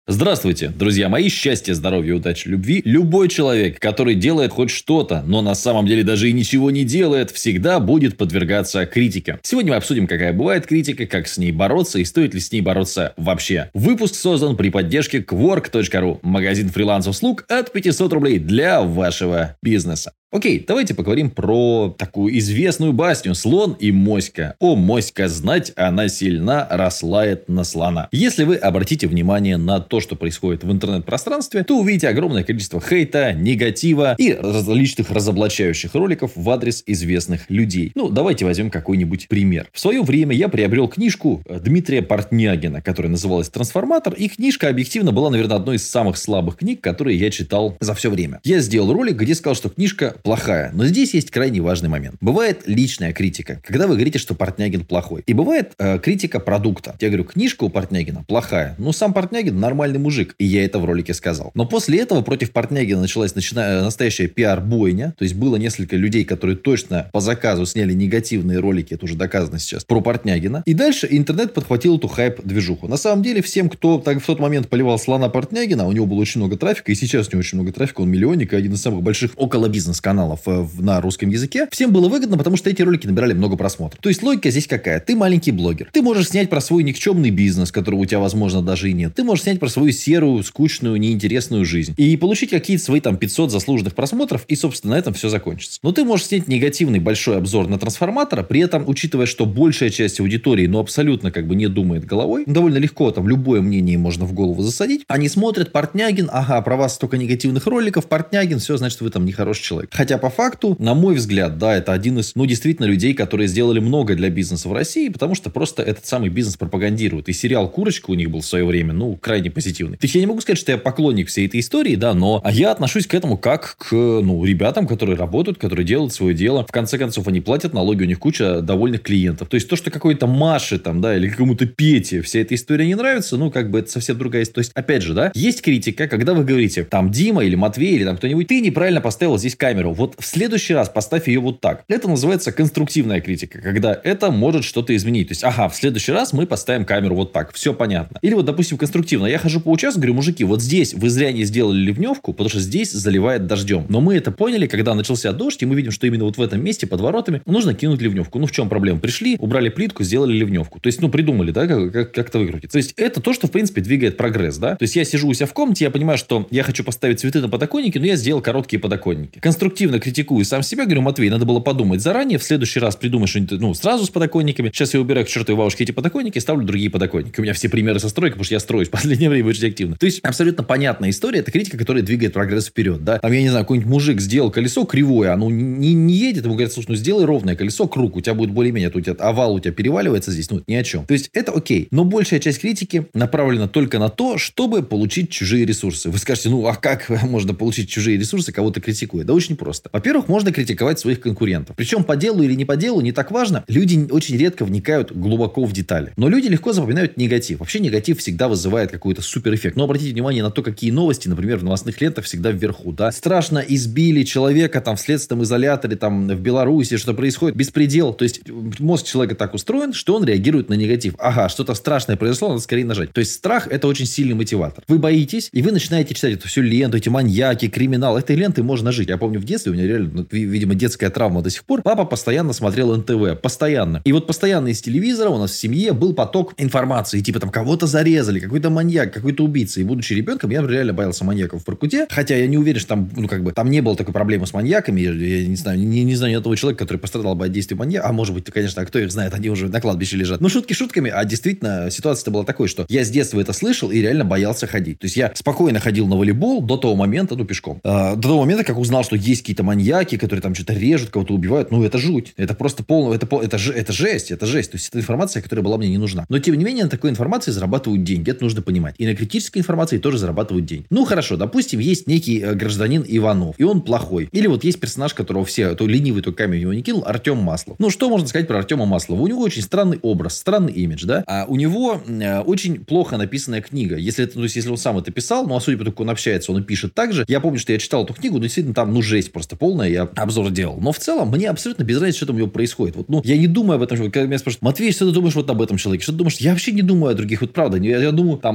Здравствуйте, друзья мои, счастья, здоровья, удачи, любви. Любой человек, который делает хоть что-то, но на самом деле даже и ничего не делает, всегда будет подвергаться критике. Сегодня мы обсудим, какая бывает критика, как с ней бороться и стоит ли с ней бороться вообще. Выпуск создан при поддержке Quark.ru, магазин фриланс-услуг от 500 рублей для вашего бизнеса. Окей, давайте поговорим про такую известную басню «Слон и моська». О, моська знать, она сильна, рослает на слона. Если вы обратите внимание на то, что происходит в интернет-пространстве, то увидите огромное количество хейта, негатива и различных разоблачающих роликов в адрес известных людей. Ну, давайте возьмем какой-нибудь пример. В свое время я приобрел книжку Дмитрия Портнягина, которая называлась «Трансформатор», и книжка объективно была, наверное, одной из самых слабых книг, которые я читал за все время. Я сделал ролик, где сказал, что книжка плохая. Но здесь есть крайне важный момент. Бывает личная критика, когда вы говорите, что Портнягин плохой. И бывает критика продукта. Я говорю, книжка у Портнягина плохая. Но сам Портнягин нормальный мужик. И я это в ролике сказал. Но после этого против Портнягина началась настоящая пиар-бойня. То есть было несколько людей, которые точно по заказу сняли негативные ролики. Это уже доказано сейчас. Про Портнягина. И дальше интернет подхватил эту хайп-движуху. На самом деле всем, кто в тот момент поливал слона Портнягина, у него было очень много трафика. И сейчас у него очень много трафика. Он миллионник и один из самых больших около бизнес-каналов на русском языке, всем было выгодно, потому что эти ролики набирали много просмотров. То есть логика здесь какая? Ты маленький блогер. Ты можешь снять про свой никчемный бизнес, которого у тебя, возможно, даже и нет. Ты можешь снять про свою серую, скучную, неинтересную жизнь. И получить какие-то свои 500 заслуженных просмотров, и, собственно, на этом все закончится. Но ты можешь снять негативный большой обзор на трансформатора, при этом, учитывая, что большая часть аудитории, абсолютно не думает головой, довольно легко любое мнение можно в голову засадить. Они смотрят, Портнягин, ага, про вас столько негативных роликов, Портнягин, все, значит, вы нехороший человек. Хотя по факту, на мой взгляд, да, это один из, действительно людей, которые сделали много для бизнеса в России, потому что просто этот самый бизнес пропагандирует. И сериал «Курочка» у них был в свое время, крайне позитивный. То есть я не могу сказать, что я поклонник всей этой истории, да, но я отношусь к этому как к, ребятам, которые работают, которые делают свое дело. В конце концов, они платят налоги, у них куча довольных клиентов. То есть то, что какой-то Маше или какому-то Пете вся эта история не нравится, это совсем другая история. То есть, опять же, да, есть критика, когда вы говорите, Дима или Матвей или кто-нибудь, ты неправильно поставил здесь камеру. Вот в следующий раз поставь ее вот так. Это называется конструктивная критика, когда это может что-то изменить. То есть, в следующий раз мы поставим камеру вот так. Все понятно. Или допустим, конструктивно. Я хожу по участку, говорю, мужики, вот здесь вы зря не сделали ливневку, потому что здесь заливает дождем. Но мы это поняли, когда начался дождь, и мы видим, что именно вот в этом месте под воротами нужно кинуть ливневку. В чем проблема? Пришли, убрали плитку, сделали ливневку. То есть, придумали, да, как это выкрутить. То есть, это то, что, в принципе, двигает прогресс, да. То есть, я сижу у себя в комнате, я понимаю, что я хочу поставить цветы на подоконнике, но я сделал короткие подоконники. Конструктивно критикую сам себя, говорю, Матвей, надо было подумать заранее, в следующий раз придумай что-нибудь, сразу с подоконниками. Сейчас я убираю к чертовой бабушке эти подоконники и ставлю другие подоконники. У меня все примеры со стройки, потому что я строюсь в последнее время очень активно. То есть, абсолютно понятная история, это критика, которая двигает прогресс вперед, да. Я не знаю, какой-нибудь мужик сделал колесо кривое, оно не едет, ему говорят, слушай, сделай ровное колесо, круг, у тебя будет более-менее, у тебя овал у тебя переваливается здесь, ни о чем. То есть, это окей. Но большая часть критики направлена только на то, чтобы получить чужие ресурсы. Вы скажете, как можно получить чужие ресурсы, кого-то критикуя? Да очень просто. Во-первых, можно критиковать своих конкурентов. Причем по делу или не по делу, не так важно. Люди очень редко вникают глубоко в детали. Но люди легко запоминают негатив. Вообще негатив всегда вызывает какой-то суперэффект. Но обратите внимание на то, какие новости, например, в новостных лентах всегда вверху. Да? Страшно избили человека в следственном изоляторе, в Беларуси, что происходит. Беспредел. То есть мозг человека так устроен, что он реагирует на негатив. Ага, что-то страшное произошло, надо скорее нажать. То есть страх – это очень сильный мотиватор. Вы боитесь, и вы начинаете читать эту всю ленту, эти маньяки, криминал. Этой лентой можно жить. Я помню в детстве, у меня реально, видимо, детская травма до сих пор. Папа постоянно смотрел НТВ. Постоянно. И постоянно из телевизора у нас в семье был поток информации. Типа кого-то зарезали, какой-то маньяк, какой-то убийца. И будучи ребенком, я реально боялся маньяков в Воркуте. Хотя я не уверен, что там не было такой проблемы с маньяками. Я не знаю, не знаю ни одного человека, который пострадал бы от действий маньяка. А может быть, конечно, кто их знает, они уже на кладбище лежат. Шутки шутками, а действительно ситуация-то была такой, что я с детства это слышал и реально боялся ходить. То есть я спокойно ходил на волейбол до того момента, пешком. До того момента, как узнал, что есть какие-то маньяки, которые что-то режут, кого-то убивают. Это жуть. Это просто это жесть. Это жесть. То есть это информация, которая была мне не нужна. Но тем не менее, на такой информации зарабатывают деньги. Это нужно понимать. И на критической информации тоже зарабатывают деньги. Хорошо, допустим, есть некий гражданин Иванов, и он плохой. Или есть персонаж, которого все, то ленивый, то камень в него не кинул, Артем Маслов. Что можно сказать про Артема Маслова? У него очень странный образ, странный имидж, да? А у него очень плохо написанная книга. Если он сам это писал, а судя по тому, как он общается, он и пишет так же. Я помню, что я читал эту книгу, но действительно там, жесть просто полная, я обзор делал. Но в целом, мне абсолютно без разницы, что там у него происходит. Я не думаю об этом. Когда меня спрашивают, Матвей, что ты думаешь об этом человеке? Что ты думаешь? Я вообще не думаю о других. Правда. Я думаю,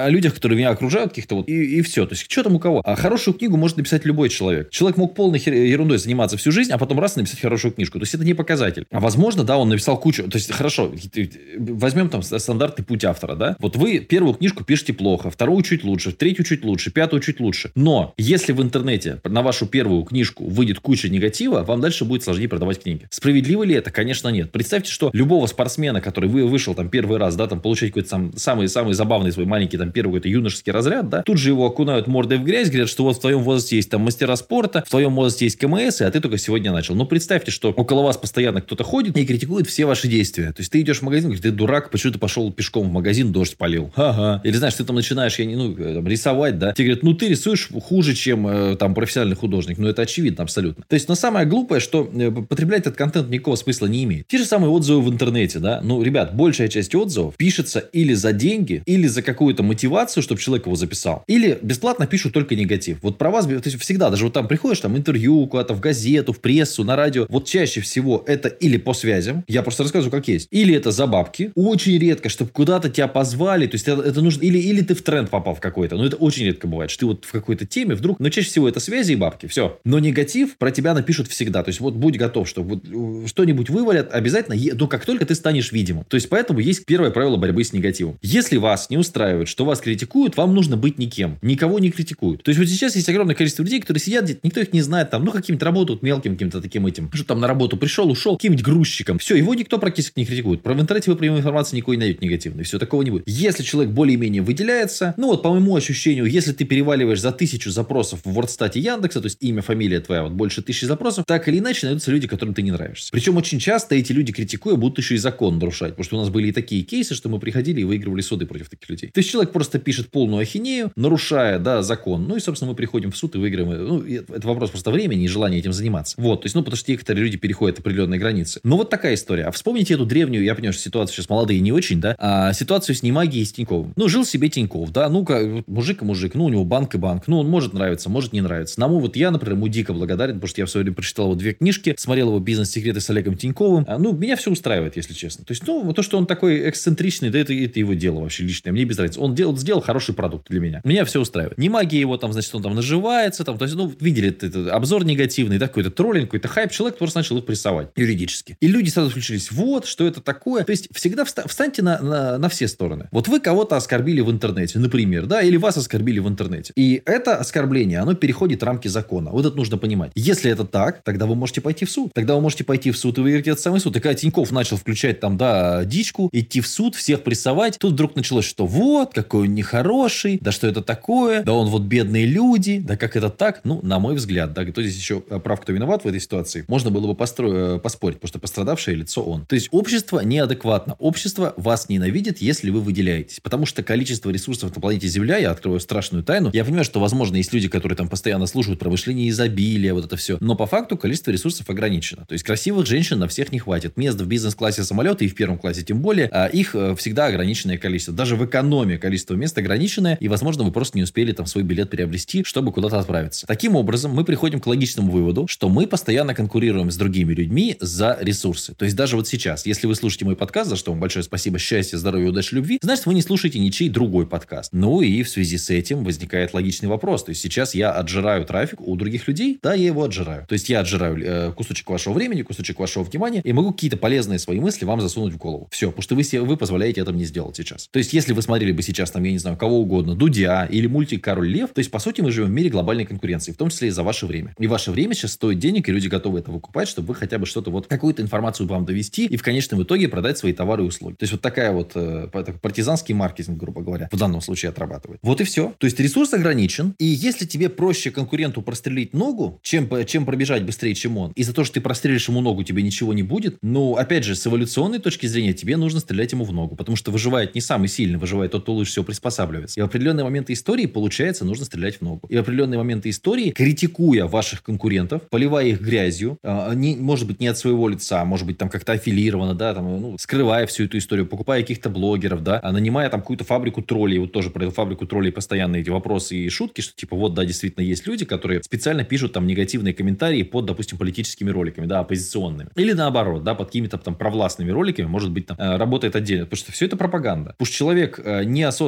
о людях, которые меня окружают, каких-то вот, и все. То есть, что там у кого? А хорошую книгу может написать любой человек. Человек мог полной ерундой заниматься всю жизнь, а потом раз написать хорошую книжку. То есть, это не показатель. А возможно, да, он написал кучу. То есть, хорошо, возьмем там стандартный путь автора, да? Вот вы первую книжку пишете плохо, вторую чуть лучше, третью чуть лучше, пятую чуть лучше. Но если в интернете на вашу первую книжку выйдет куча негатива, вам дальше будет сложнее продавать книги. Справедливо ли это? Конечно, нет. Представьте, что любого спортсмена, который вышел там первый раз, да, там получать какой-то там самый забавный свой маленький там первый какой-то юношеский разряд, да, тут же его окунают мордой в грязь, говорят, что вот в твоем возрасте есть там мастера спорта, в твоем возрасте есть КМС, а ты только сегодня начал. Ну, представьте, что около вас постоянно кто-то ходит и критикует все ваши действия. То есть, ты идешь в магазин, говоришь, ты дурак, почему ты пошел пешком в магазин, дождь полил? Ага. Или, знаешь, ты там начинаешь, рисовать, да, тебе говорят, ты рисуешь хуже, чем там профессиональный художник. Ну, это очевидно абсолютно. То есть, но самое глупое, что потреблять этот контент никакого смысла не имеет. Те же самые отзывы в интернете, да. Ну, ребят, большая часть отзывов пишется или за деньги, или за какую-то мотивацию, чтобы человек его записал. Или бесплатно пишут только негатив. Вот про вас, то есть всегда, даже вот там приходишь, там интервью куда-то в газету, в прессу, на радио. Вот чаще всего это или по связям, я просто рассказываю, как есть, или это за бабки. Очень редко, чтобы куда-то тебя позвали, то есть это нужно, или ты в тренд попал в какой-то. Но это очень редко бывает, что ты вот в какой-то теме вдруг, но чаще всего это связи и бабки, все. Но негатив про тебя напишут всегда. То есть вот будь готов, что вот что-нибудь вывалят обязательно, но как только ты станешь видимым. То есть поэтому есть первое правило борьбы с негативом. Если вас не устраивает, что вас критикуют, вам нужно быть никем. Никого не критикуют. То есть вот сейчас есть огромное количество людей, которые сидят где-то, никто их не знает, там, каким-то работают мелким каким-то таким этим, что там на работу пришел, ушел, каким-нибудь грузчиком. Все, его никто практически не критикует. В интернете вы прямой информации никакой не найдете негативной. Все, такого не будет. Если человек более-менее выделяется, по моему ощущению, если ты переваливаешь за 1000 запросов в Вордстате Яндекса, то есть имя, фамилия твоя, вот больше 1000 запросов, так или иначе найдутся люди, которым ты не нравишься. Причем очень часто эти люди, критикуя, будут еще и закон нарушать. Потому что у нас были и такие кейсы, что мы приходили и выигрывали суды против таких людей. То есть человек просто пишет полную ахинею, нарушая, закон. Ну и, собственно, мы приходим в суд и выигрываем. Это вопрос просто времени и желания этим заниматься. Вот. То есть, потому что некоторые люди переходят определенные границы. Но вот такая история. А вспомните эту древнюю, я понимаю, что ситуация сейчас молодые не очень, да, а ситуацию с Немаги и с Тиньковым. Жил себе Тиньков, да, мужик и мужик, у него банк и банк. Он может нравиться, может не нравиться. Я, например, ему дико благодарен, потому что я в свое время прочитал его 2 книжки, смотрел его «Бизнес-секреты» с Олегом Тиньковым. Меня все устраивает, если честно. То есть, то, что он такой эксцентричный, да, это его дело вообще личное. Мне без разницы. Он сделал хороший продукт для меня. Меня все устраивает. Немаги его там, значит, он там наживается, там, то есть, видели этот обзор негативный, да, какой-то троллинг, какой-то хайп. Человек просто начал их прессовать юридически. И люди сразу включились. Вот, что это такое. То есть, всегда встаньте на все стороны. Вот вы кого-то оскорбили в интернете, например, да, или вас оскорбили в интернете. И это оскорбление, оно переходит рамки закона. Вот это нужно понимать. Если это так, тогда вы можете пойти в суд. Тогда вы можете пойти в суд и выиграть этот самый суд. И когда Тиньков начал включать там, дичку, идти в суд, всех прессовать, тут вдруг началось, что вот, какой он нехороший, да что это такое, да он вот бедные люди, да как это так? На мой взгляд, да, кто здесь еще прав, кто виноват в этой ситуации, можно было бы поспорить, потому что пострадавшее лицо он. То есть общество неадекватно. Общество вас ненавидит, если вы выделяетесь. Потому что количество ресурсов на планете Земля, я открою страшную тайну, я понимаю, что, возможно, есть люди, которые там постоянно слушают про мышление изобилия, вот это все. Но по факту количество ресурсов ограничено. То есть красивых женщин на всех не хватит. Мест в бизнес-классе самолета и в первом классе тем более, их всегда ограниченное количество. Даже в экономии количество мест ограниченное, и, возможно, вы просто не успели там свой билет приобрести, чтобы куда-то отправиться. Таким образом, мы приходим к логичному выводу, что мы постоянно конкурируем с другими людьми за ресурсы. То есть даже вот сейчас, если вы слушаете мой подкаст, за что вам большое спасибо, счастья, здоровья, удачи, любви, значит, вы не слушаете ничей другой подкаст. И в связи с этим возникает логичный вопрос. То есть сейчас я отжираю трафик у других людей, да, я его отжираю. То есть я отжираю кусочек вашего времени, кусочек вашего внимания, и могу какие-то полезные свои мысли вам засунуть в голову. Все, потому что вы позволяете это мне сделать сейчас. То есть если вы смотрели бы сейчас там, я не знаю, кого угодно, Дудя или мультик «Король Лев», то есть, по сути, мы живем в мире глобальной конкуренции, в том числе и за ваше время. И ваше время сейчас стоит денег, и люди готовы это выкупать, чтобы вы хотя бы что-то какую-то информацию вам довести и в конечном итоге продать свои товары и услуги. То есть вот такая партизанский маркетинг, грубо говоря, в данном случае отрабатывает. Вот и все. То есть ресурс ограничен, и если тебе проще конкуренту прострелить ногу, чем пробежать быстрее, чем он, и за то, что ты прострелишь ему ногу, тебе ничего не будет, опять же, с эволюционной точки зрения, тебе нужно стрелять ему в ногу, потому что выживает не самый сильный, выживает тот, кто лучше всего приспосабливается. И в определенные моменты истории, получается, нужно стрелять в ногу. И в определенные моменты истории, критикуя ваших конкурентов, поливая их грязью, может быть, не от своего лица, может быть, там как-то аффилировано, да, там, скрывая всю эту историю, покупая каких-то блогеров, да, нанимая там какую-то фабрику троллей, вот тоже про эту фабрику троллей постоянно эти вопросы и шутки, что типа вот, да, действительно есть люди, которые специально пишут там негативные комментарии под, допустим, политическими роликами, да, оппозиционными. Или наоборот, да, под какими-то там провластными роликами, может быть, там работает отдельно, потому что все это пропаганда. Потому что человек неосознанно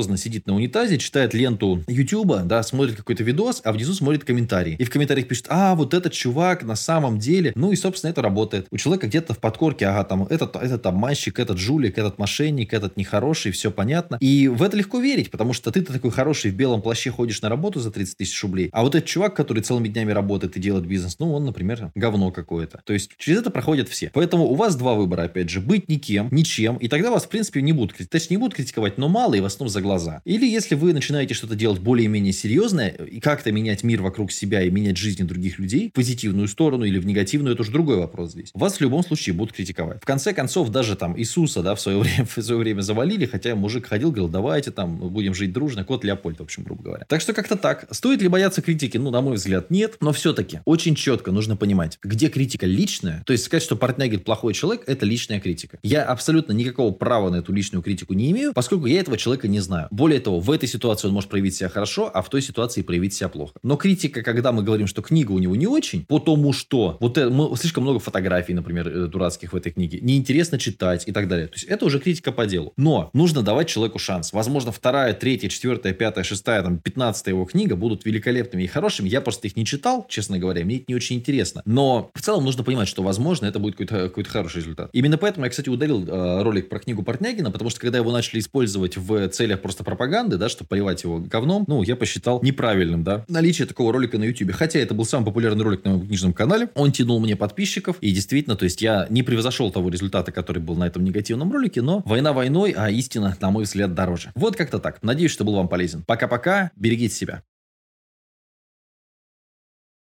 серьезно сидит на унитазе, читает ленту Ютуба, да, смотрит какой-то видос, а внизу смотрит комментарии. И в комментариях пишет: вот этот чувак на самом деле. Ну и, собственно, это работает. У человека где-то в подкорке, там, этот обманщик, этот жулик, этот мошенник, этот нехороший, все понятно. И в это легко верить, потому что ты-то такой хороший, в белом плаще ходишь на работу за 30 тысяч рублей, а вот этот чувак, который целыми днями работает и делает бизнес, ну, он, например, говно какое-то. То есть, через это проходят все. Поэтому у вас два выбора, опять же: быть никем, ничем, и тогда вас, в принципе, не будут критиковать. Точнее, не будут критиковать, но мало, и в основном за глаза. Или если вы начинаете что-то делать более-менее серьезное, и как-то менять мир вокруг себя и менять жизни других людей в позитивную сторону или в негативную, это уже другой вопрос здесь. Вас в любом случае будут критиковать. В конце концов, даже там Иисуса, да, в свое время завалили, хотя мужик ходил, говорил: давайте там будем жить дружно, кот Леопольд, в общем, грубо говоря. Так что как-то так. Стоит ли бояться критики? Ну, на мой взгляд, нет. Но все-таки очень четко нужно понимать, где критика личная. То есть сказать, что Портнягин плохой человек, это личная критика. Я абсолютно никакого права на эту личную критику не имею, поскольку я этого человека не знаю. Более того, в этой ситуации он может проявить себя хорошо, а в той ситуации проявить себя плохо. Но критика, когда мы говорим, что книга у него не очень, потому что слишком много фотографий, например, дурацких в этой книге, неинтересно читать и так далее. То есть это уже критика по делу. Но нужно давать человеку шанс. Возможно, 2-я, 3-я, 4-я, 5-я, 6-я, 15-я его книга будут великолепными и хорошими. Я просто их не читал, честно говоря, мне это не очень интересно. Но в целом нужно понимать, что, возможно, это будет какой-то хороший результат. Именно поэтому я, кстати, удалил ролик про книгу Портнягина, потому что когда его начали использовать в целях просто пропаганды, да, чтобы поливать его говном, я посчитал неправильным, да, наличие такого ролика на YouTube. Хотя это был самый популярный ролик на моем книжном канале. Он тянул мне подписчиков. И действительно, то есть я не превзошел того результата, который был на этом негативном ролике, но война войной, а истина, на мой взгляд, дороже. Вот как-то так. Надеюсь, что был вам полезен. Пока-пока. Берегите себя.